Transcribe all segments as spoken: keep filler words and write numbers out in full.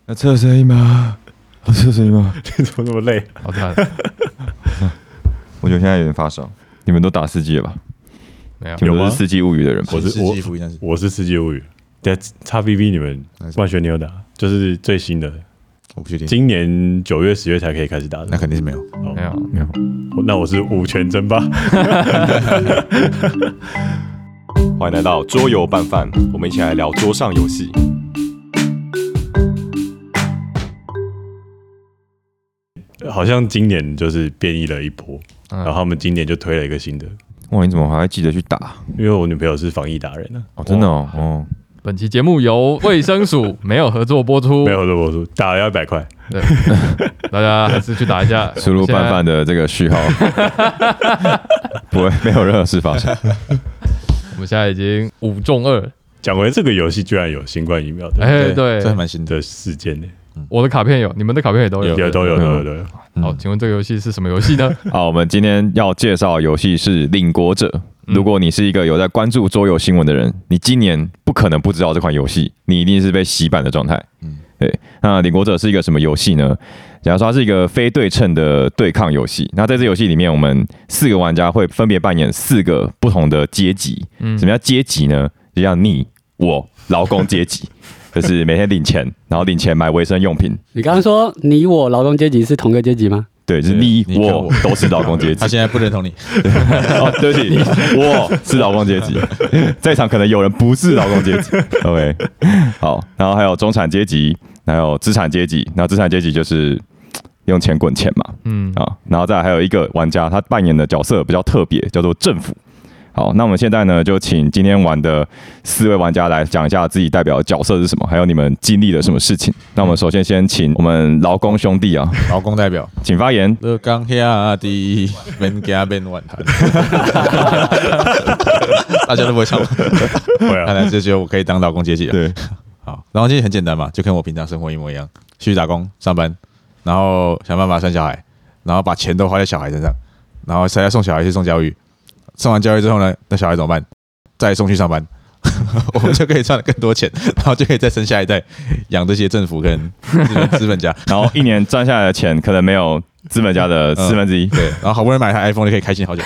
要测声音吗？要测声音吗？ 你怎么那么累？ 好惨。 我觉得现在有点发烧。你们都打四季了吧？ 没有， 你们都是四季物语的人吧？ 我是世纪福音战士， 我是世界物语。对，叉 B B 你们万玄你有打，就是最新的， 我不确定， 今年九月、十月才可以开始打的。 那肯定是没有。 哦没有， 没有。 那我是五全争霸。 欢迎来到桌游拌饭，我们一起来聊桌上游戏。 好像今年就是变异了一波， 嗯然后他们今年就推了一个新的。 哇，你怎么还会记得去打？ 因为我女朋友是防疫达人呢、 哦，真的哦，哦， 本期节目由卫生署没有合作播出， 没有合作播出，打了要一百块。 对，大家还是去打一下。 输入拌饭的这个序号，不会没有任何事发生。 我们现在已经五中二。 讲回这个游戏，居然有新冠疫苗的哎，对这，还蛮新的。 的事件呢、 我的卡片有，你们的卡片也都有。 有都有都有都有。 好，请问这个游戏是什么游戏呢？ 好，我们今天要介绍的游戏是《领国者》。如果你是一个有在关注桌游新闻的人，你今年不可能不知道这款游戏，你一定是被洗版的状态。嗯，对。那《领国者》是一个什么游戏呢？假如说它是一个非对称的对抗游戏，那在这游戏里面，我们四个玩家会分别扮演四个不同的阶级。嗯，什么叫阶级呢？就像你、我、劳工阶级。就是每天领钱，然后领钱买卫生用品。 你刚刚说你我劳动阶级是同个阶级吗？ 对，就是你你跟我我都是劳工阶级。 他现在不认同你， 哦，对不起，我是劳工阶级，在场可能有人不是劳工阶级。OK， 好，然后还有中产阶级，还有资产阶级。然后资产阶级就是用钱滚钱嘛，嗯啊，然后再来还有一个玩家，他扮演的角色比较特别，叫做政府。好，那我们现在呢，就请今天玩的四位玩家来讲一下自己代表的角色是什么，还有你们经历了什么事情。那我们首先先请我们劳工兄弟啊， 劳工代表， 请发言。 乐刚兄弟，免惊变晚谈。大家都不会唱吗？ 会啊， 看来这就我可以当劳工阶级了。 对， 好，劳工阶级很简单嘛，就跟我平常生活一模一样，去打工上班，然后想办法生小孩，然后把钱都花在小孩身上，然后才要送小孩去送教育。送完教育之后呢，那小孩怎么办？再送去上班，我们就可以赚更多钱，然后就可以再生下一代，养这些政府跟资本资本家。 然后一年赚下来的钱可能没有资本家的四分之一。 对，然后好不容易买台 iPhone 就可以开心好久。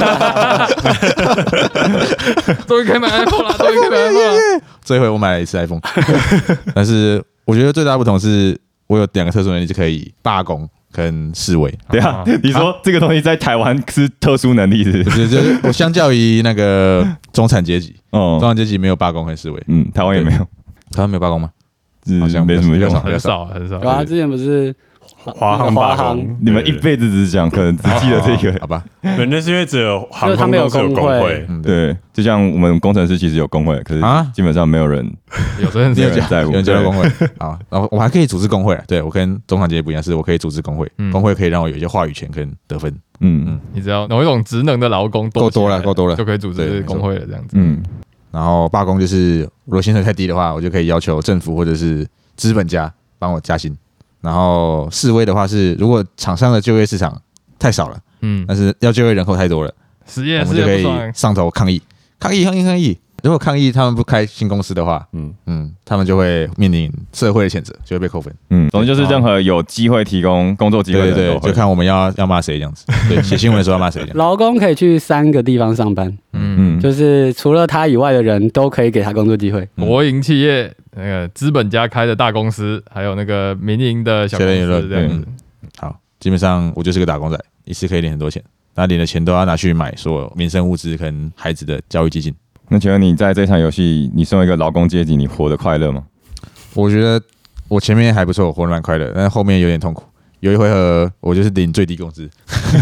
终于可以买 iPhone 了，终于可以买 iPhone 了。 这一回我买了一次 iPhone， 但是我觉得最大的不同是我有两个特殊能力，就可以罢工跟示威。 对啊，你说这个东西在台湾是特殊能力是不是？ 就是就是我相较于那个中产阶级， 哦中产阶级没有罢工和示威。 嗯，台湾也没有， 台湾没有罢工吗？ 是好像没什么用。 很少很少。 有啊，之前不是华航罢工， 你们一辈子只是讲，可能只记得这个。 好吧， 对，那是因为只有航就是他们有空公司有工工会会。 嗯，对。 对，就像我们工程师其实有工会，可是啊基本上没有人有这件你有事。 加在乎有人加入工会啊，然后我还可以组织工会。对我跟中产阶级不一样，是我可以组织工会， 嗯工会可以让我有一些话语权跟得分。 嗯嗯你只要某一种职能的劳工够多了起来够多了就可以组织对工会了，这样子。 嗯， 然后罢工就是如果薪水太低的话，我就可以要求政府或者是资本家帮我加薪。然后示威的话是，如果厂商的就业市场太少了， 嗯， 但是要就业人口太多了， 实业实我们就可以业不爽。 上头抗议，抗议抗议抗议。如果抗议他们不开新公司的话， 嗯嗯，他们就会面临社会的谴责，就会被扣分。 嗯，总之就是任何有机会提供工作机会对对对， 的人都会就看我们要要骂谁这样子。对，写新闻的时候要骂谁这样。 劳工可以去三个地方上班， 嗯， 嗯， 就是除了他以外的人都可以给他工作机会。 国营企业那个资本家开的大公司，还有那个民营的小公学人言论司这样子。 好，基本上我就是个打工仔，一次可以领很多钱，那领的钱都要拿去买所有民生物资跟孩子的教育基金。 那请问你在这场游戏，你身为一个劳工阶级，你活得快乐吗？ 我觉得我前面还不错，我活得蛮快乐，但是后面有点痛苦。有一回合我就是领最低工资，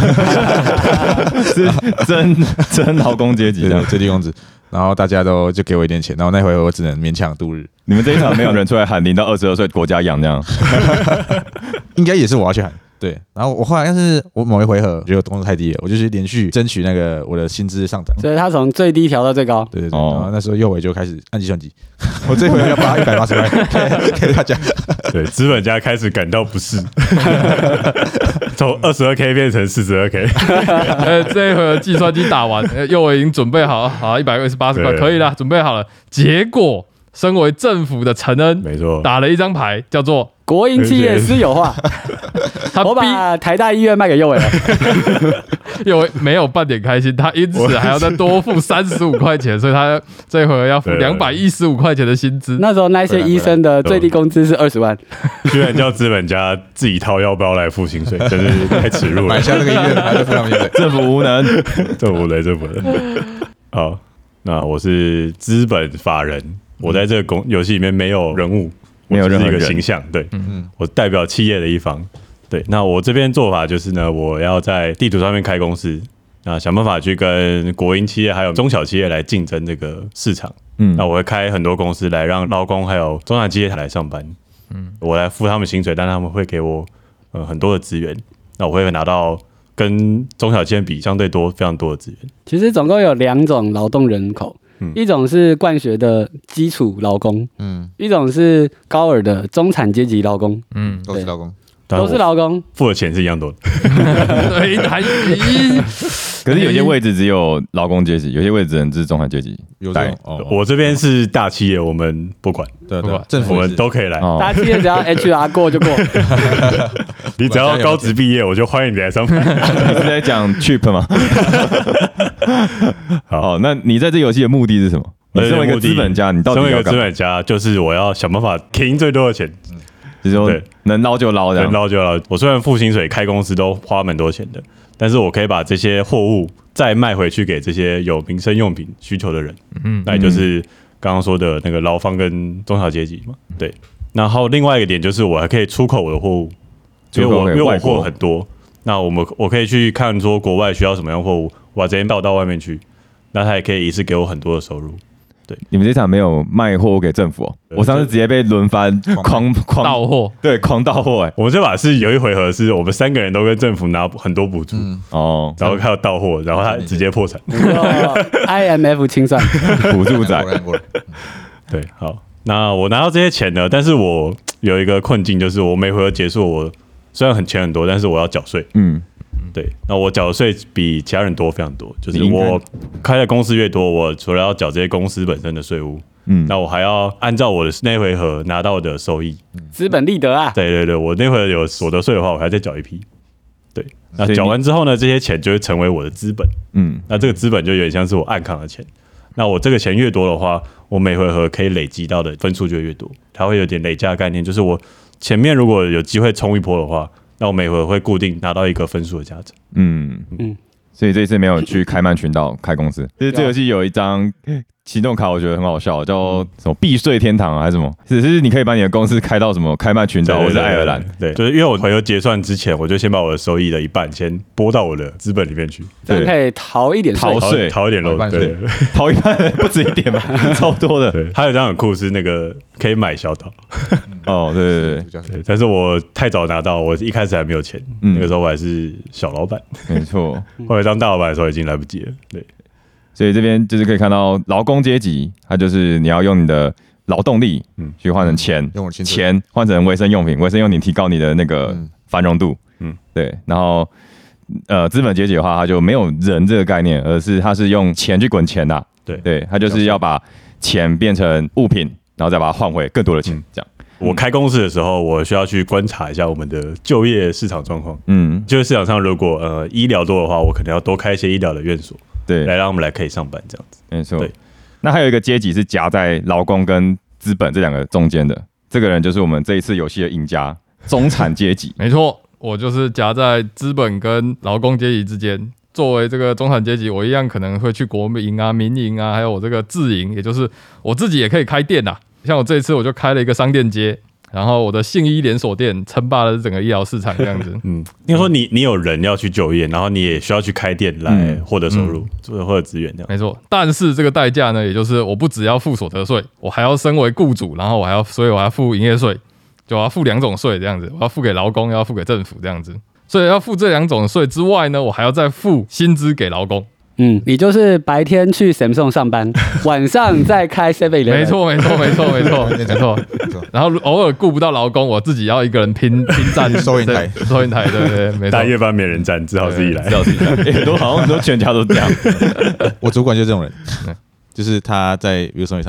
是真真劳工阶级对对， 这样。 最低工资，然后大家都就给我一点钱，然后那回合我只能勉强度日。 你们这一场没有人出来喊零到二十二岁国家养这样？ 应该也是我要去喊。对，然后我后来，但是我某一回合觉得我工作太低了，我就是连续争取那个我的薪资上涨。 所以他从最低调到最高。 对对对， 哦然后那时候右伟就开始按计算机，我这回要发一百八十块给大家。 对，资本家开始感到不适，从二十二 K 变成四十二 K。 呃，这一回合计算机打完，呃右伟已经准备好，好一百二十八十块， 对可以了，准备好了。结果身为政府的承恩， 没错， 打了一张牌，叫做国营企业私有化， 他逼我把台大医院卖给右伟了。 又没有半点开心，他因此还要再多付三十五块钱，所以他这回合要付两百一十五块钱的薪资。 那时候那些医生的最低工资是二十万， 居然叫资本家自己掏腰包来付薪水，真是太耻辱了。 买下那个医院还在付他们薪水， 政府无能。 这不对，这不对。好，那我是资本法人，我在这个公游戏里面没有人物， 没有任何我只是一个人形象，对， 嗯我代表企业的一方。对，那我这边做法就是呢，我要在地图上面开公司，那想办法去跟国营企业还有中小企业来竞争这个市场。 嗯那我会开很多公司来让劳工还有中产企业来上班。嗯，我来付他们薪水，但他们会给我呃很多的资源，那我会拿到跟中小企业比相对多非常多的资源。 其实总共有两种劳动人口， 嗯一种是惯学的基础劳工， 嗯， 一种是高尔的中产阶级劳工， 嗯， 都是劳工， 但都是劳工。 付的钱是一样多的。 对，还咦可是有些位置只有劳工阶级，有些位置只能是中产阶级。 有这种哦， 我这边是大企业，我们不管， 对对不管， 我政府也是们都可以来。 哦， 大家企业只要 H R 过就过， 你只要高职毕业，我就欢迎你来上班。 你是在讲 cheap 吗？ 好， 哦，那你在这游戏的目的是什么？你身为一个资本家，你到底身为一个资要干嘛？ 本家，就是我要想办法赢最多的钱， 就是说对能捞就捞，这能样。 捞就捞。我虽然付薪水、开公司都花蛮多钱的，但是我可以把这些货物再卖回去给这些有民生用品需求的人。 嗯那也就是刚刚说的那个劳方跟中小阶级嘛。对，然后另外一个点就是我还可以出口我的货物，因为出口给我因为我外国货很多，那我们我可以去看说国外需要什么样的货物，我把这些倒到外面去，那他也可以一次给我很多的收入。 你们这场没有卖货给政府哦， 对我上次直接被轮番狂狂到货， 对狂到货哎。 我们这把是有一回合是我们三个人都跟政府拿很多补助， 嗯， 哦， 然后还有到货，然后他直接破产。 I M F 清算。 补助仔果然果然， 对，好，那我拿到这些钱呢，但是我有一个困境，就是我每回合结束，我虽然很钱很多，但是我要缴税。 嗯， 对，那我缴的税比其他人多非常多，就是你应该我开的公司越多，我除了要缴这些公司本身的税务， 嗯那我还要按照我的那回合拿到的收益。 资本利得啊， 对对对，我那回合有所得税的话，我还要再缴一批。对，那所以你缴完之后呢，这些钱就会成为我的资本。 嗯， 那这个资本就有点像是我暗扛的钱。那我这个钱越多的话，我每回合可以累积到的分数就会越多。它会有点累加的概念，就是我前面如果有机会冲一波的话，那我每回合会固定拿到一个分数的价值。 嗯嗯嗯， 所以这一次没有去开曼群岛开公司。就是这游戏有一张行动卡，我觉得很好笑，叫什么避税天堂啊，还是什么？只是你可以把你的公司开到什么开曼群岛或者爱尔兰。 对，就是因为我回合结算之前，我就先把我的收益的一半先拨到我的资本里面去， 这样可以逃一点税逃。 逃税逃一点漏。 逃一半税对对逃一半不止一点吧，超多的。 对，还有一张很酷是那个可以买小岛， 哦，对对对， 比较对，但是我太早拿到，我一开始还没有钱， 嗯那个时候我还是小老板， 没错。 后来当大老板的时候已经来不及了。对， 所以这边就是可以看到劳工阶级，它就是你要用你的劳动力， 嗯嗯，去换成钱， 用我的薪水钱换成维生用品，维生用品提高你的那个嗯繁荣度， 嗯嗯，对。然后呃，资本阶级的话，它就没有人这个概念，而是它是用钱去滚钱的、啊， 对对，它就是要把钱变成物品，然后再把它换回更多的钱， 嗯这样， 我开公司的时候，我需要去观察一下我们的就业市场状况。 嗯， 就业市场上，如果呃医疗多的话，我可能要多开一些医疗的院所， 对， 来让我们来可以上班这样子。 没错对。 那还有一个阶级是夹在劳工跟资本这两个中间的，这个人就是我们这一次游戏的赢家——中产阶级。 没错，我就是夹在资本跟劳工阶级之间。作为这个中产阶级，我一样可能会去国营啊、民营啊，还有我这个自营，也就是我自己也可以开店啦。像我这一次我就开了一个商店街，然后我的信医连锁店称霸了整个医疗市场，这样子。 嗯，应该说你你有人要去就业，然后你也需要去开店来嗯获得收入，或者获得资源这样。 没错，但是这个代价呢，也就是我不只要付所得税，我还要身为雇主，然后我还要，所以我还要付营业税，就我要付两种税这样子，我要付给劳工，又要付给政府这样子。所以要付这两种税之外呢，我还要再付薪资给劳工。 嗯，你就是白天去 Samsung 上班，晚上再开 seven eleven。 没错，没错，没错，没错，没错。 没错， 然后偶尔顾不到劳工，我自己要一个人拼拼站收银台对收银台，对对对，没错大。夜班没人站，只好自己来。 要自己干，欸很多好像很多全家都这样。 我主管就是这种人嗯， 就是他在比如说你上班，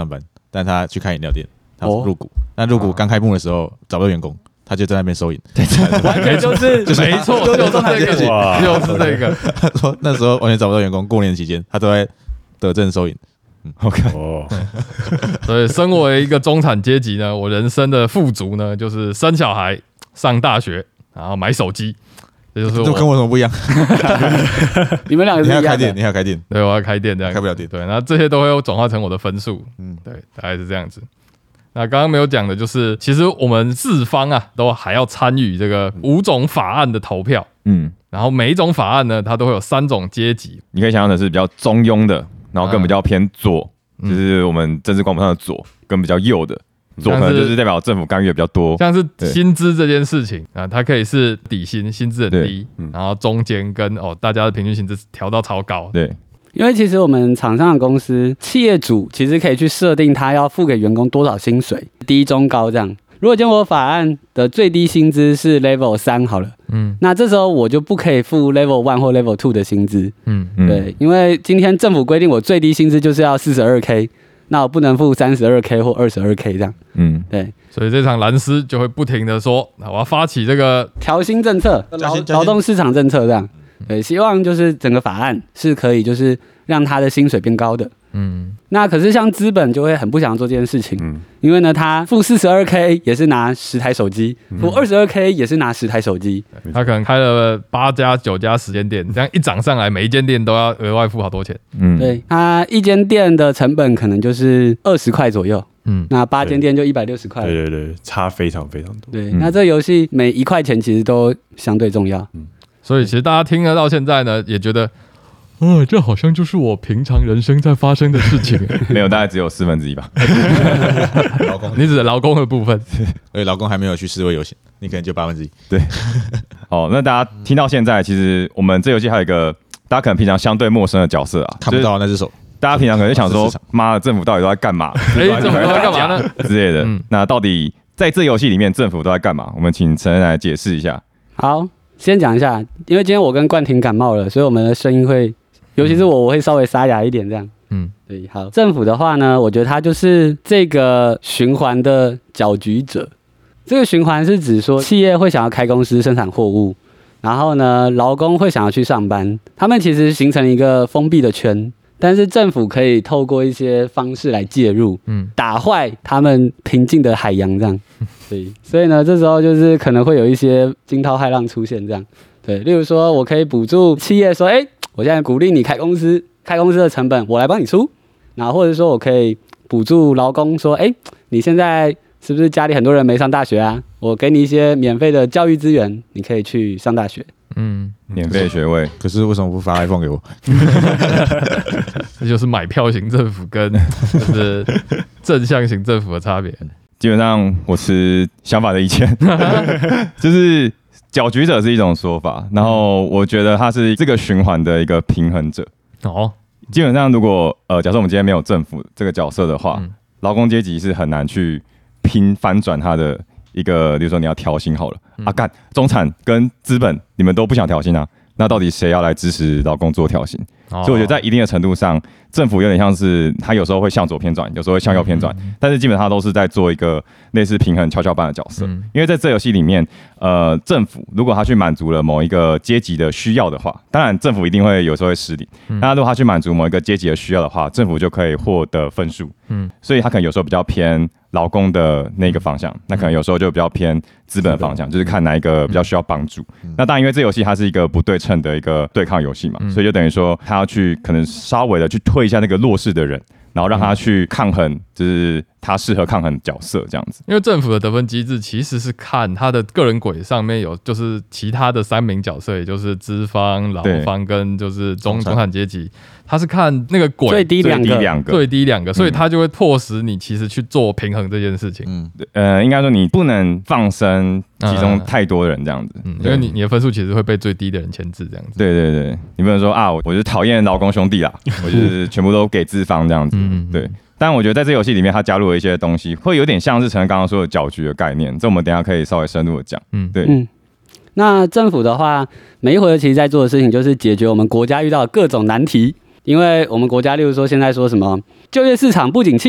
但他去开饮料店，他哦入股。那入股刚开幕的时候找不到员工，他就在那边收银。 完全就是没错，就是这个， 哇就是这个。 他说那时候完全找不到员工，过年期间他都在德政收银。 OK， 哦， 所以，身为一个中产阶级呢，我人生的富足呢，就是生小孩、上大学，然后买手机。这就是这跟我， 我有什么不一样？ 你们两个你是一样还要开店， 的。 你还要开店， 对，我要开店这样子， 开不了店。 对，那这些都会转化成我的分数。嗯，对，大概是这样子。那刚刚没有讲的就是，其实我们四方啊，都还要参与这个五种法案的投票。 嗯， 然后每一种法案呢，它都会有三种阶级。 你可以想象的是比较中庸的，然后跟比较偏左， 嗯就是我们政治光谱上的左，跟比较右的左， 像是可能就是代表政府干预的比较多。 像是薪资这件事情啊，它可以是底薪，薪资很低， 嗯然后中间跟哦大家的平均薪资调到超高。 对， 因为其实我们厂商的公司，企业主其实可以去设定他要付给员工多少薪水，低、中、高这样。如果今天我法案的最低薪资是 level 三好了， 嗯那这时候我就不可以付 level one 或 level two 的薪资， 嗯嗯， 对，因为今天政府规定我最低薪资就是要 四十二K， 那我不能付 三十二K 或 二十二K 这样， 嗯， 对， 所以这场蓝丝就会不停的说，那我要发起这个， 调薪政策、劳加薪加薪劳动市场政策这样，对，希望就是整个法案是可以就是让他的薪水变高的。 嗯那可是像资本就会很不想做这件事情， 嗯因为呢，他付 四十二K 也是拿十台手机，付 二十二K 也是拿十台手机， 他可能开了八家九家十间店，这样一涨上来，每一间店都要额外付好多钱。 嗯， 对，他一间店的成本可能就是二十块左右， 嗯， 那八间店就一百六十块了。 对对对，差非常非常多。 对， 嗯那这游戏每一块钱其实都相对重要。 所以其实大家听了到现在呢，也觉得，呃，这好像就是我平常人生在发生的事情。 没有，大概只有四分之一吧。 劳工， 你指的劳工的部分， 而且劳工还没有去示威游行，你可能就八分之一。 哦，那大家听到现在，其实我们这游戏还有一个大家可能平常相对陌生的角色啊， 看不到那只手， 大家平常可能就想说市场， 妈的，政府到底都在干嘛？ 哎，政府都在干嘛呢？ 之类的嗯。 那到底在这游戏里面，政府都在干嘛？我们请陈恩来解释一下。 好，先讲一下，因为今天我跟冠廷感冒了，所以我们的声音会，尤其是我，我会稍微沙哑一点这样。 嗯， 对，好，政府的话呢，我觉得它就是这个循环的搅局者。这个循环是指说，企业会想要开公司生产货物，然后呢，劳工会想要去上班，他们其实形成一个封闭的圈。但是政府可以透过一些方式来介入， 嗯打坏他们平静的海洋，这样。对，所以呢，这时候就是可能会有一些惊涛骇浪出现，这样。对，例如说，我可以补助企业说，哎，我现在鼓励你开公司，开公司的成本我来帮你出。然后或者说我可以补助劳工说，哎，你现在是不是家里很多人没上大学啊？我给你一些免费的教育资源，你可以去上大学。 嗯， 免费学位， 可是为什么不发 iPhone 给我？ 这就是买票型政府跟就是正向型政府的差别。 基本上我持相反的意见，就是搅局者是一种说法，然后我觉得他是这个循环的一个平衡者。 哦， 基本上，如果呃，假设我们今天没有政府这个角色的话， 嗯劳工阶级是很难去拼翻转他的一个，比如说你要调薪好了， 嗯啊干，中产跟资本你们都不想调薪啊，那到底谁要来支持劳工做调薪？ 哦所以我觉得在一定的程度上，政府有点像是他有时候会向左偏转，有时候会向右偏转，但是基本上都是在做一个类似平衡跷跷板的角色。 嗯因为在这游戏里面，呃，政府如果他去满足了某一个阶级的需要的话，当然政府一定会有时候会失礼。 嗯那如果他去满足某一个阶级的需要的话，政府就可以获得分数。 嗯所以他可能有时候比较偏劳工的那个方向，那可能有时候就比较偏资本的方向，就是看哪一个比较需要帮助。那当然，因为这游戏它是一个不对称的一个对抗游戏嘛，所以就等于说他要去可能稍微的去推一下那个弱势的人，然后让他去抗衡，就是他适合抗衡的角色这样子。 因为政府的得分机制其实是看他的个人轨上面有就是其他的三名角色，也就是资方、劳方跟就是中中产中产阶级，他是看那个轨最低最两个， 低两个， 最低两个，所以他就会迫使你其实去做平衡这件事情。 嗯， 呃，应该说你不能放生其中太多人这样子。 嗯，因对为你你的分数其实会被最低的人牵制这样子。 对对对，你不能说啊，我我就是讨厌劳工兄弟啦，我就是全部都给资方这样子。 嗯， 对。但我觉得在这游戏里面，它加入了一些东西，会有点像是陈刚刚说的搅局的概念。这我们等一下可以稍微深入的讲。 嗯对， 嗯，那政府的话，每一回合其实在做的事情就是解决我们国家遇到的各种难题。因为我们国家，例如说现在说什么就业市场不景气啊，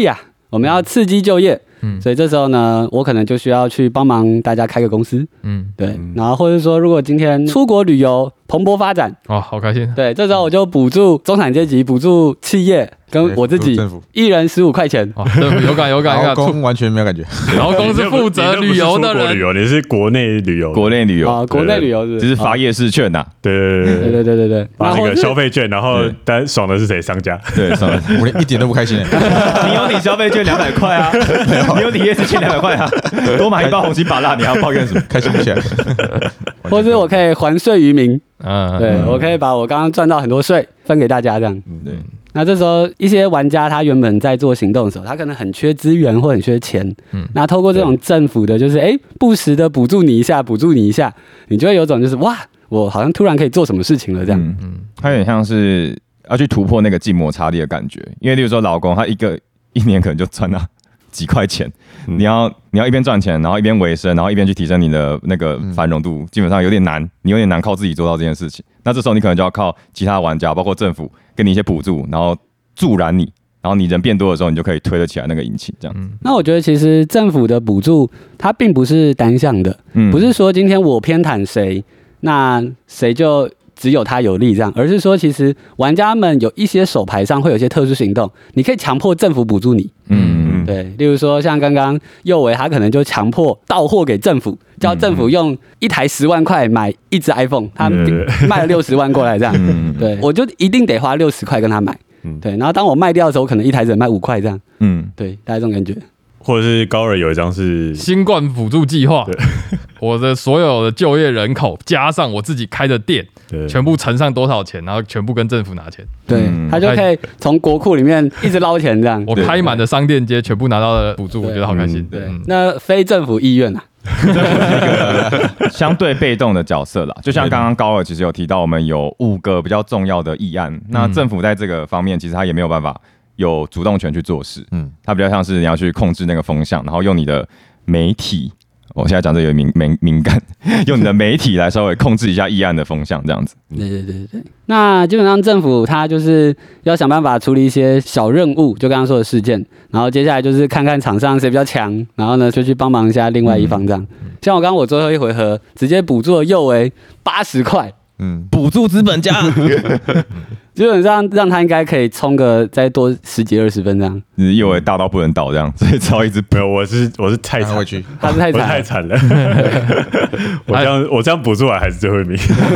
我们要刺激就业。嗯，所以这时候呢，我可能就需要去帮忙大家开个公司，嗯，对，嗯、然后或者说，如果今天出国旅游蓬勃发展， 哦，好开心， 对，这时候我就补助中产阶级，补助企业，跟我自己，一人十五块钱， 哦，有感有感， 劳工完全没有感觉， 劳工是负责旅游的人， 旅游你是国内旅游， 国内旅游啊，国内旅游是， 只是发夜市券呐， 对对对对对对对， 发那个消费券，然后但爽的是谁？商家， 对，爽的， 我连一点都不开心你有你消费券两百块啊，你有你夜市券两百块啊，多买一包红心芭乐，你还要抱怨什么？ 开心不起来。 或者我可以还税于民，嗯，对我可以把我刚刚赚到很多税分给大家，这样，对。那这时候一些玩家他原本在做行动的时候，他可能很缺资源或很缺钱，嗯，那透过这种政府的，就是哎不时的补助你一下，补助你一下，你就会有种就是哇，我好像突然可以做什么事情了这样，嗯， 嗯它有点像是要去突破那个静摩擦力的感觉，因为例如说劳工他一个一年可能就赚到几块钱，嗯、你要你要一边赚钱，然后一边维生，然后一边去提升你的那个繁荣度，嗯、基本上有点难，你有点难靠自己做到这件事情。那这时候你可能就要靠其他玩家，包括政府给你一些补助，然后助燃你，然后你人变多的时候，你就可以推得起来那个引擎，这样子。 嗯、那我觉得其实政府的补助它并不是单向的，嗯、不是说今天我偏袒谁，那谁就只有他有利这样，而是说其实玩家们有一些手牌上会有一些特殊行动，你可以强迫政府补助你。嗯，对，例如说像刚刚右维他可能就强迫到货给政府，叫政府用一台十万块买一只 iPhone， 他卖了六十万过来这样，嗯、对，我就一定得花六十块跟他买。对，然后当我卖掉的时候，可能一台只能卖五块这样。嗯，对，大概这种感觉。 或者是高尔有一张是新冠补助计划，我的所有的就业人口加上我自己开的店，全部乘上多少钱，然后全部跟政府拿钱， 对、嗯、他就可以从国库里面一直捞钱这样。 我开满的商店街全部拿到了补助，我觉得好开心。 对，嗯、那非政府意愿啊。 这是一个相对被动的角色啦，就像刚刚高尔其实有提到，我们有五个比较重要的议案，那政府在这个方面其实他也没有办法有主动权去做事，嗯，它比较像是你要去控制那个风向，然后用你的媒体，我现在讲这有敏敏敏感，用你的媒体来稍微控制一下议案的风向，这样子。 对对对对。那基本上政府它就是要想办法处理一些小任务，就刚刚说的事件，然后接下来就是看看场上谁比较强，然后呢就去帮忙一下另外一方这样。嗯、像我刚刚我最后一回合直接补助了右维八十块。 嗯，补助资本家， 基本上让他应该可以冲个再多十几二十分这样。 右维大到不能倒这样，所以超一直没有。我是我是太惨， 他是太惨， 太惨了。我这样我这样补助来还是最后一名。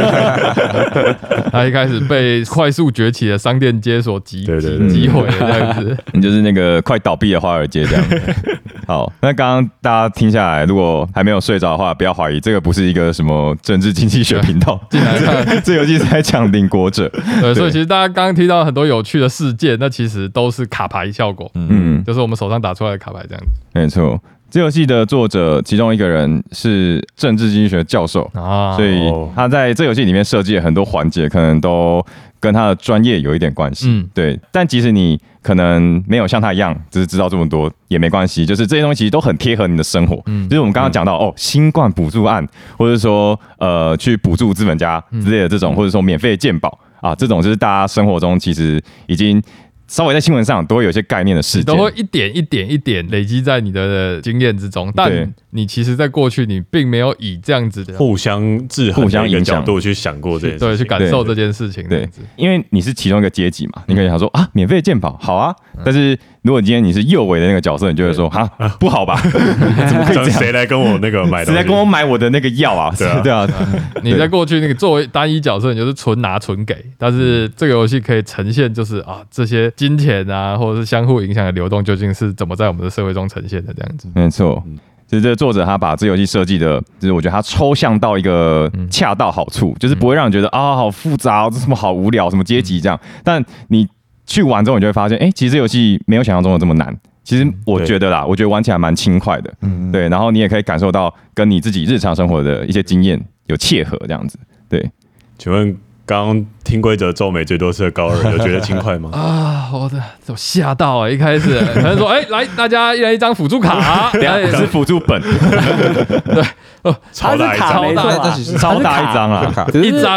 他一开始被快速崛起的商店街所击击毁这样子， 你就是那个快倒闭的华尔街这样。好，那刚刚大家听下来，如果还没有睡着的话，不要怀疑，这个不是一个什么政治经济学频道。 进来看， 这游戏是在讲领国者。 对，所以其实大家刚刚提到很多有趣的事件，那其实都是卡牌效果。嗯，就是我们手上打出来的卡牌这样子。 没错。这游戏的作者其中一个人是政治经济学教授啊，所以他在这游戏里面设计了很多环节，可能都跟他的专业有一点关系。嗯，对。但即使你可能没有像他一样，只是知道这么多也没关系，就是这些东西其实都很贴合你的生活。嗯，就是我们刚刚讲到、嗯、哦，新冠补助案，或者说呃去补助资本家之类的这种，嗯、或者说免费健保啊，这种就是大家生活中其实已经。稍微在新闻上都会有一些概念的事件， 都会一点一点一点累积在你的经验之中，但你其实在过去你并没有以这样子的互相制衡的一个角度去想过这件事情， 对，去感受这件事情。 对，因为你是其中一个阶级嘛，你可以想说啊，免费健保好啊，但是如果今天你是右维的那个角色，你就会说啊，不好吧？怎么可以这样？ 谁来跟我那个买？ 谁来跟我买我的那个药啊？对啊，对啊。 你在过去那个作为单一角色，你就是纯拿纯给，但是这个游戏可以呈现就是啊，这些金钱啊，或者是相互影响的流动，究竟是怎么在我们的社会中呈现的？这样子， 没错。其实这个作者他把这游戏设计的，就是我觉得他抽象到一个恰到好处，就是不会让人觉得啊好复杂，这什么好无聊，什么阶级这样。但你去玩之后，你就会发现，哎、欸，其实这游戏没有想象中的这么难。其实我觉得啦，我觉得玩起来蛮轻快的，嗯，对。然后你也可以感受到跟你自己日常生活的一些经验有切合，这样子。对， 请问刚刚听规则皱眉最多次的高二，有觉得轻快吗？ 啊，我的我吓到啊、欸！一开始可能说，哎、欸，来，大家一人一张辅助卡、啊， 等一下是辅助本， 对， 哦，超大一张， 超大， 超大一张啊， 一张。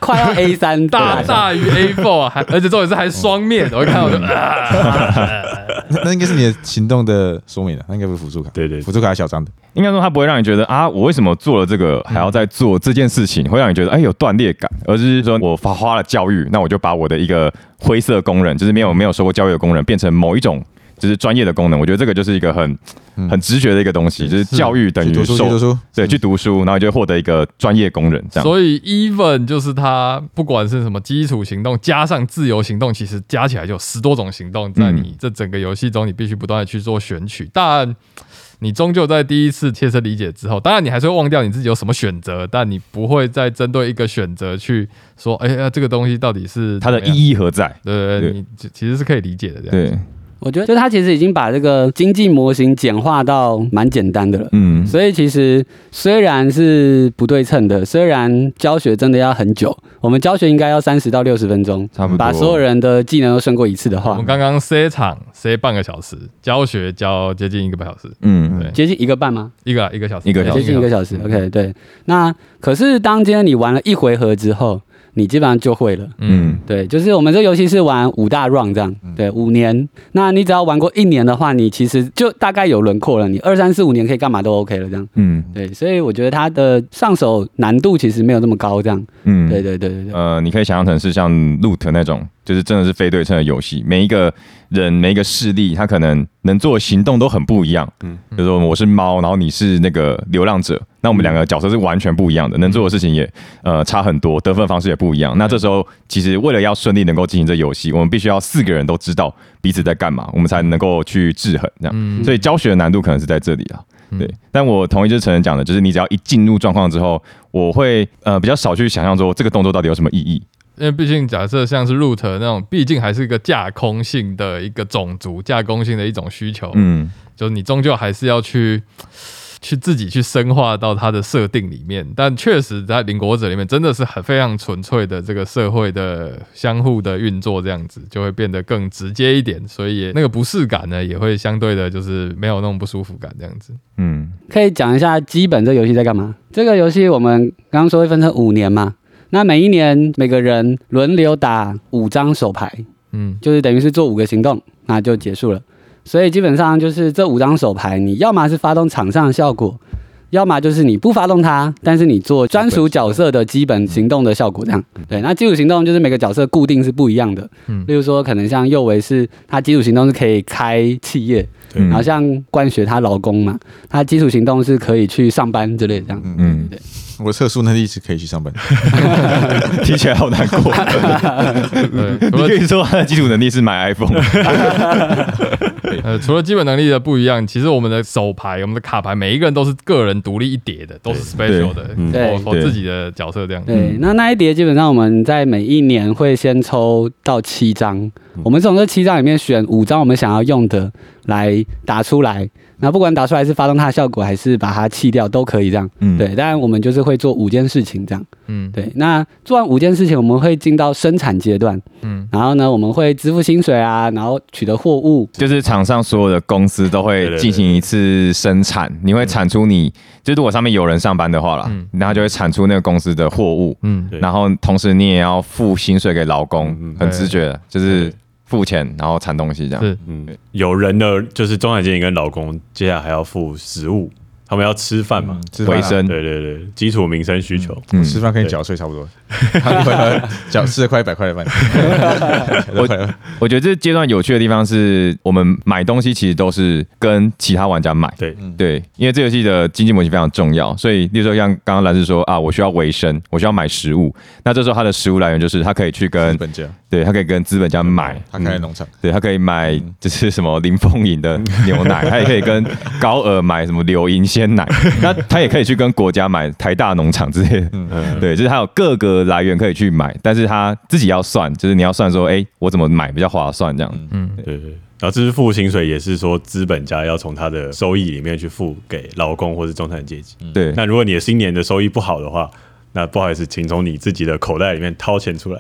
快要 A 三大大于 A 四 啊，还而且重点是还双面，我一看我就啊， 那那应该是你的行动的说明了，那应该不是辅助卡。 对对对辅助卡是小张的。 应该说它不会让你觉得啊，我为什么做了这个还要再做这件事情，会让你觉得哎有断裂感，而是说我花花了教育，那我就把我的一个灰色工人，就是没有没有受过教育的工人，变成某一种就是专业的功能。我觉得这个就是一个很很直觉的一个东西，就是教育等于去读书，去受读书， 对去读书，然后你就会获得一个专业工人这样。 所以 even 就是它不管是什么基础行动加上自由行动，其实加起来就有十多种行动，在你这整个游戏中，你必须不断的去做选取，但你终究在第一次切身理解之后，当然你还是会忘掉你自己有什么选择，但你不会再针对一个选择去说，哎呀，这个东西到底是它的意义何在？ 对对对， 对你其实是可以理解的这样。 对， 我觉得就他其实已经把这个经济模型简化到蛮简单的了。 嗯， 所以其实虽然是不对称的，虽然教学真的要很久，我们教学应该要三十到六十分钟， 差不多把所有人的技能都顺过一次的话我们，刚刚 C 场 C 半个小时，教学教接近一个半小时， 嗯， 对， 接近一个半吗？ 一个一个小时， 一个小时接近一个小时。OK，对。那可是当今天你玩了一回合之后，你基本上就会了。 嗯， 对，就是我们这游戏是玩五大 run 这样，对，五年。那你只要玩过一年的话，你其实就大概有轮廓了。你二三四五年可以干嘛都 OK 了，这样。 嗯对，所以我觉得它的上手难度其实没有那么高，这样。 嗯， 对对对对对。 呃，你可以想象成是像 Loot 那种，就是真的是非对称的游戏，每一个人每一个势力，他可能能做的行动都很不一样。嗯，就是说我是猫，然后你是那个流浪者，那我们两个角色是完全不一样的，能做的事情也呃差很多，得分方式也不一样。那这时候其实为了要顺利能够进行这游戏，我们必须要四个人都知道彼此在干嘛，我们才能够去制衡这样。所以教学的难度可能是在这里啊。对，但我同意就是陈人讲的，就是你只要一进入状况之后，我会呃比较少去想象说这个动作到底有什么意义。 因为毕竟假设像是 root 那种，毕竟还是一个架空性的一个种族，架空性的一种需求， 嗯， 就是你终究还是要去去自己去深化到它的设定里面。但确实在领国者里面，真的是很非常纯粹的这个社会的相互的运作，这样子就会变得更直接一点，所以也那个不适感呢，也会相对的就是没有那种不舒服感这样子。 嗯， 可以讲一下基本这个游戏在干嘛？这个游戏我们刚刚说会分成五年嘛，那每一年每个人轮流打五张手牌， 嗯， 就是等于是做五个行动，那就结束了。所以基本上就是这五张手牌，你要么是发动场上的效果，要么就是你不发动它，但是你做专属角色的基本行动的效果这样。对，那基础行动就是每个角色固定是不一样的。嗯，例如说可能像右维是他基础行动是可以开企业， 嗯然后像冠雪她老公嘛，他基础行动是可以去上班之类的这样。 嗯， 对。 我的特殊能力是可以去上班。 听起来好难过。 对，除你了可以说他的基础能力是买 iPhone。 呃，除了基本能力的不一样，其实我们的手牌、我们的卡牌，每一个人都是个人独立一叠的，都是 special 的， 对我自己的角色这样。 对，那那一叠基本上我们在每一年会先抽到七张，我们从这七张里面选五张我们想要用的来打出来。那不管打出来是发动它的效果，还是把它弃掉，都可以这样。 嗯对，当然我们就是会做五件事情这样。 嗯， 对，那做完五件事情，我们会进到生产阶段。 嗯， 然后呢，我们会支付薪水啊，然后取得货物。 就是场上所有的公司都会进行一次生产，你会产出你，就是如果上面有人上班的话啦， 嗯然后就会产出那个公司的货物， 嗯， 对然后同时你也要付薪水给劳工， 嗯很直觉的，就是付钱然后产东西这样。 是嗯，有人的就是中产阶级跟劳工，接下来还要付食物，他们要吃饭嘛， 吃饭啊回声， 对对对，基础民生需求。 嗯吃饭跟你缴税差不多，缴四十块一百块的饭。 我我觉得这阶段有趣的地方是我们买东西其实都是跟其他玩家买， 对， 对，因为这游戏的经济模型非常重要，所以例如说像刚刚蓝志说啊，我需要维生，我需要买食物，那这时候它的食物来源就是他可以去跟资本家， 对，他可以跟资本家买， 他开的农场， 对他可以买就是什么林凤营的牛奶，他也可以跟高尔买什么柳银鲜奶，那他也可以去跟国家买台大农场之类的， 嗯， 对，就是他有各个来源可以去买，但是他自己要算，就是你要算说，哎，我怎么买比较划算这样， 嗯， 对对。然后支付薪水也是说资本家要从他的收益里面去付给劳工或是中产阶级。 对， 那如果你的新年的收益不好的话，那不好意思，请从你自己的口袋里面掏钱出来，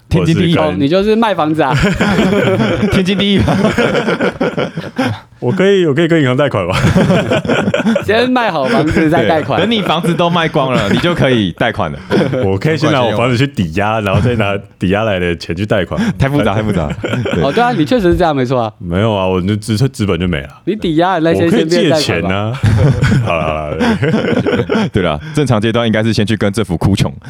天经地义哦，你就是卖房子啊？ 天经地义吧？ 我可以，我可以跟银行贷款吧？ 先卖好房子再贷款等。你房子都卖光了，你就可以贷款了。 我可以先拿我房子去抵押，然后再拿抵押来的钱去贷款。 太复杂，太复杂。 哦，对啊，你确实是这样，没错啊。 没有啊，我那资资本就没了。 你抵押的那些我可以先变借贷款吧。 钱啊。好了好了， 对了，正常阶段应该是先去跟政府哭穷。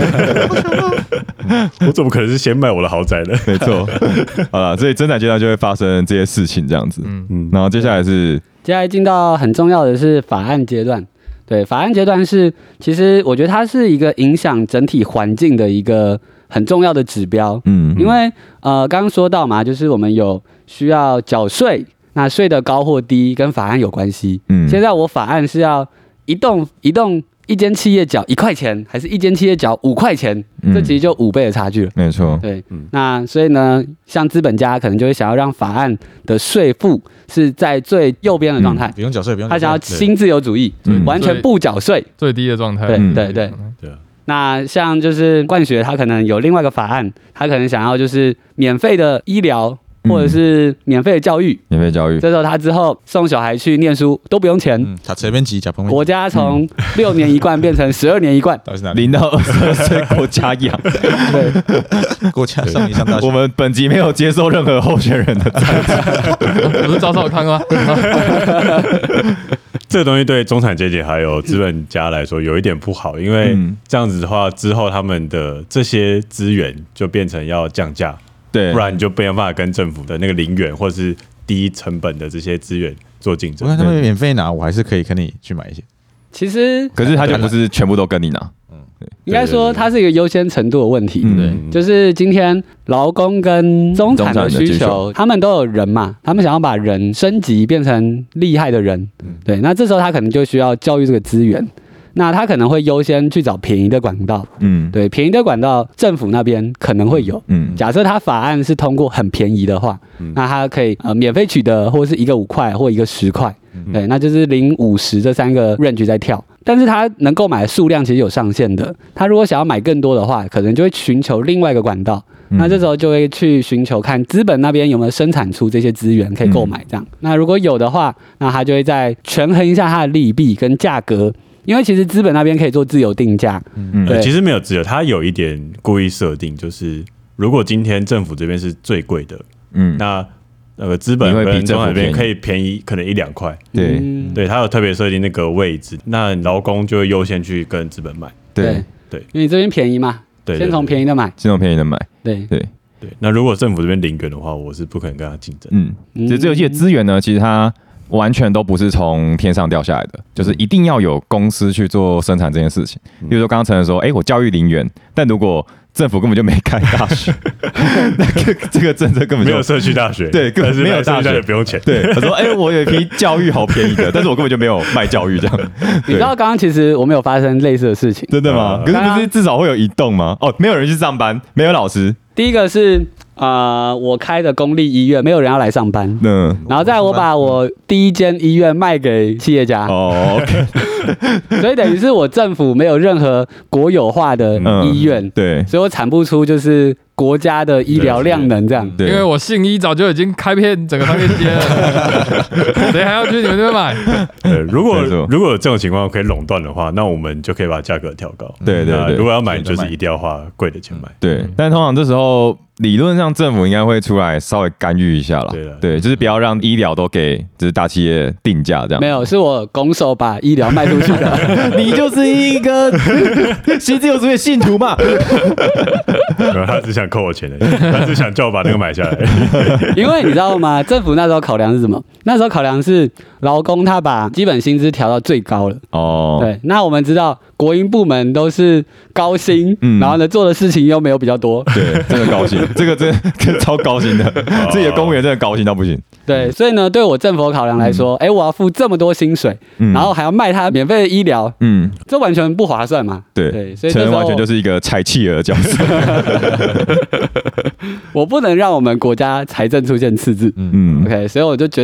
我怎么可能是先卖我的豪宅呢？ 没错。好了，所以增产阶段就会发生这些事情，这样子。嗯嗯嗯。然后接下来是接下来进到很重要的是法案阶段。对，法案阶段是，其实我觉得它是一个影响整体环境的一个很重要的指标。 嗯， 因为呃，刚刚说到嘛，就是我们有需要缴税，那税的高或低跟法案有关系。 嗯现在我法案是要一栋一栋一间企业缴一块钱，还是一间企业缴五块钱？ 嗯这其实就五倍的差距了。 没错。 对，那所以呢，像资本家可能就会想要让法案的税负是在最右边的状态， 不用缴税，不用缴税。 他想要新自由主义， 嗯完全不缴税。 最低的状态。 对嗯对对。 对啊， 那像就是冠学，他可能有另外一个法案，他可能想要就是免费的医疗或者是免费的教育， 免费教育。 这时候他之后送小孩去念书都不用钱， 嗯，他随便挤，假朋友。 国家从六年一贯变成十二年一贯。 到底是哪里？ 零到二十二岁国家养。 对， 国家上你上大学。 我们本集没有接受任何候选人的赞助。 不是赵少康吗？ 这个东西对中产阶级还有资本家来说有一点不好，因为嗯这样子的话，之后他们的这些资源就变成要降价， 对， 不然你就没有办法跟政府的那个零元或是低成本的这些资源做竞争我看。他们免费拿，我还是可以跟你去买一些。 其实可是他就不是全部都跟你拿。 应该说它是一个优先程度的问题。 嗯对，就是今天劳工跟中产的需中产的需求求， 他们都有人嘛，他们想要把人升级变成厉害的人。对，那这时候他可能就需要教育这个资源。那他可能会优先去找便宜的管道。 嗯， 对，便宜的管道，政府那边可能会有。 嗯， 假设他法案是通过很便宜的话，那他可以呃免费取得，或是一个五块或一个十块，对，那就是零五十这三个 range 在跳。但是他能购买的数量其实有上限的，他如果想要买更多的话，可能就会寻求另外一个管道。那这时候就会去寻求看资本那边有没有生产出这些资源可以购买这样。那如果有的话，那他就会再权衡一下它的利弊跟价格。因为其实资本那边可以做自由定价， 嗯对呃，其实没有自由，它有一点故意设定，就是如果今天政府这边是最贵的， 嗯， 那那个资本你会比跟中产这边政府可以便宜可能一两块， 对嗯对，它有特别设定那个位置，那劳工就会优先去跟资本买， 对， 对因为你这边便宜嘛， 对， 先从便宜， 宜的买， 这种便宜的买， 对， 对， 对。那如果政府这边零元的话，我是不可能跟他竞争， 嗯，其实这游戏的资源呢，其实它完全都不是从天上掉下来的，就是一定要有公司去做生产这件事情。比如说刚刚承认说，哎、我教育零元，但如果政府根本就没开大学，那个这个政策根本就没有社区大学， 对根本但是没有大学社区大学不用钱， 对，他说，哎、我有一批教育好便宜的，但是我根本就没有卖教育这样。 你知道刚刚其实我们有发生类似的事情。 真的吗？ 呃可是不是至少会有移动吗？哦，没有人去上班，没有老师， 第一个是呃，我开的公立医院没有人要来上班， 嗯， 然后再来我把我第一间医院卖给企业家， 哦 ，OK， 所以等于是我政府没有任何国有化的医院， 对所以我产不出就是国家的医疗量能这样。 对， 因为我信医早就已经开遍整个商业街了，谁还要去你们这边买？ 对，如果没错如果有这种情况可以垄断的话，那我们就可以把价格调高。 对对对那如果要买，就是一定要花贵的钱买。 对，但通常这时候理论上政府应该会出来稍微干预一下了， 对了对，就是不要让医疗都给就是大企业定价这样。 没有，是我拱手把医疗卖出去的。 你就是一个新自由主义的信徒嘛。 然后他只想扣我钱的，他只想叫我把那个买下来。 因为你知道吗？政府那时候考量是什么？那时候考量是劳工他把基本薪资调到最高了。 哦， 对，那我们知道国营部门都是高薪， 嗯然后呢做的事情又没有比较多。 对，真的高兴，这个真的超高兴的，自己的公务员真的高兴到不行。 对，所以呢，对我政府的考量来说，哎、我要付这么多薪水， 嗯然后还要卖他免费的医疗， 嗯， 这完全不划算嘛。 对对，所以这时候陈完全就是一个拆企鹅的角色。 我不能让我们国家财政出现赤字。 嗯， OK，所以我就决定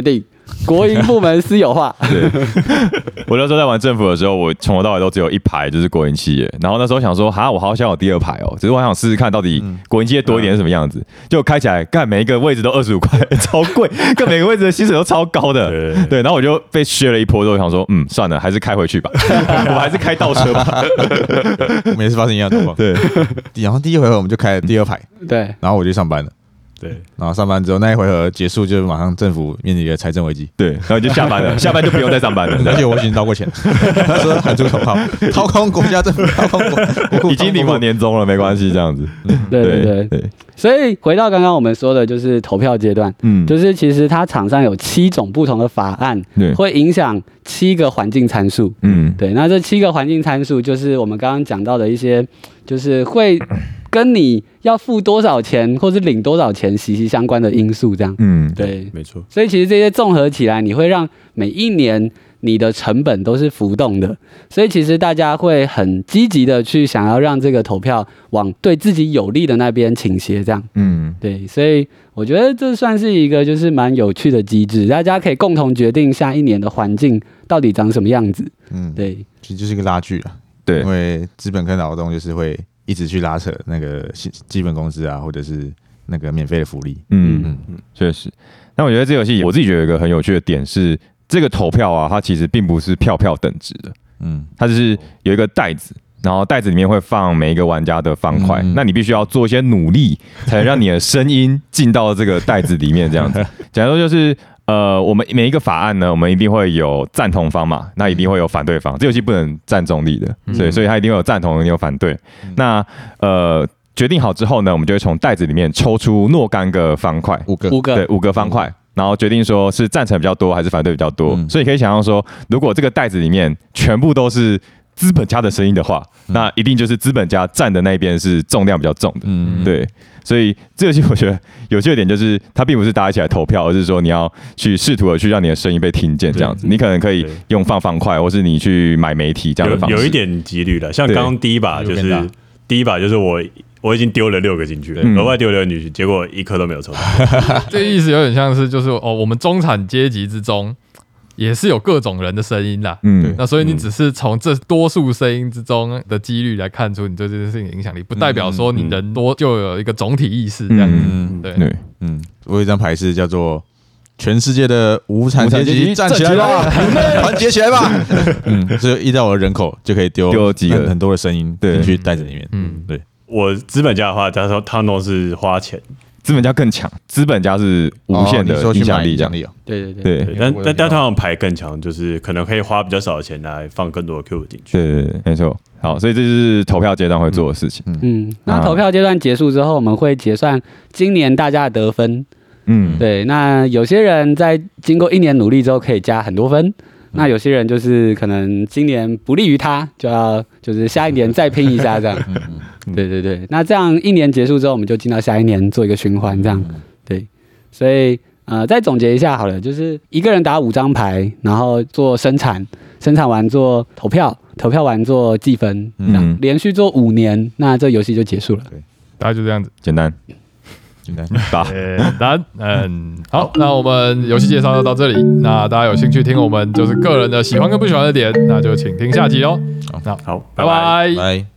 国营部门私有化。 对，我那时候在玩政府的时候，我从头到尾都只有一排就是国营企业，然后那时候想说，哈，我好想有第二排哦，只是我想试试看到底国营企业多一点是什么样子。就开起来，干每一个位置都二十五块，超贵，干每个位置的薪水都超高的。 对对，然后我就被削了一波之后，想说，嗯，算了，还是开回去吧，我还是开倒车吧。 我们也是发生一样的情况。 对， 然后第一回合我们就开了第二排， 对， 然后我就上班了。 对， 然后上班之后那一回合结束，就马上政府面临了财政危机。 对，然后就下班了，下班就不用再上班了。 而且我已经掏过钱，那时候喊出口号，掏空国家政府，掏空国国库， 已经领完年终了，没关系，这样子。 对对对对， 所以回到刚刚我们说的，就是投票阶段， 嗯， 就是其实它场上有七种不同的法案， 对会影响七个环境参数。 嗯， 对，那这七个环境参数就是我们刚刚讲到的一些，就是会跟你要付多少钱或是领多少钱息息相关的因素，这样。 嗯， 对， 没错。 所以其实这些综合起来，你会让每一年你的成本都是浮动的，所以其实大家会很积极的去想要让这个投票往对自己有利的那边倾斜，这样。 嗯， 对，所以我觉得这算是一个就是蛮有趣的机制，大家可以共同决定下一年的环境到底长什么样子。 嗯， 对， 其实就是一个拉锯了。 对因，为资本跟劳动就是会一直去拉扯那个基基本工资啊，或者是那个免费的福利。 嗯嗯嗯，确实。但我觉得这游戏我自己觉得有一个很有趣的点是，这个投票啊，它其实并不是票票等值的， 嗯， 它就是有一个袋子。然后袋子里面会放每一个玩家的方块， 嗯、 那你必须要做一些努力，才能让你的声音进到这个袋子里面。这样子，假如说就是呃，我们每一个法案呢，我们一定会有赞同方嘛，那一定会有反对方。这游戏不能站中立的，所以所以它一定会有赞同，一定有反对。嗯、那呃。决定好之后呢，我们就会从袋子里面抽出若干个方块， 五个， 五个， 对，五个方块，然后决定说是赞成比较多还是反对比较多。嗯、所以可以想象说，如果这个袋子里面全部都是资本家的声音的话，嗯、那一定就是资本家占的那一边是重量比较重的。嗯，对。所以这个游戏我觉得有趣的点就是，它并不是大家一起来投票，而是说你要去试图的去让你的声音被听见，这样子。你可能可以用放方块，或是你去买媒体这样的方式。 有, 有一点几率了，像刚刚第一把就是第一把就是我。我已经丢了六个进去了，额外丢六个进去，结果一颗都没有抽到。 这意思有点像是就是哦，我们中产阶级之中也是有各种人的声音啦。嗯，那所以你只是从这多数声音之中的几率来看出你对这件事情的影响力，不代表说你人多就有一个总体意识这样子。嗯、对对， 嗯，我有一张牌是叫做“全世界的无产阶级站起来吧，团结起来吧”。嗯，所以依照我的人口就可以丢丢几个很多的声音进去袋子里面。嗯，对。 我资本家的话，他说他们都是花钱， 资本家更强，资本家是无限的影响力，这样。 对对对， 对，但但但他们牌更强，就是可能可以花比较少的钱来放更多的 Q 进去。 对对对，没错。好，所以这就是投票阶段会做的事情。 嗯，那投票阶段结束之后，我们会结算今年大家的得分。嗯，对。那有些人在经过一年努力之后，可以加很多分。那有些人就是可能今年不利于他，就要就是下一年再拼一下这样。对对对，那这样一年结束之后，我们就进到下一年做一个循环这样。对，所以呃再总结一下好了，就是一个人打五张牌，然后做生产，生产完做投票，投票完做计分，嗯，连续做五年，那这游戏就结束了。 对，大概就这样子， 简单。 简单，简单，嗯，好，那我们游戏介绍就到这里。那大家有兴趣听我们就是个人的喜欢跟不喜欢的点，那就请听下集哦。 好，好， 拜拜， 拜。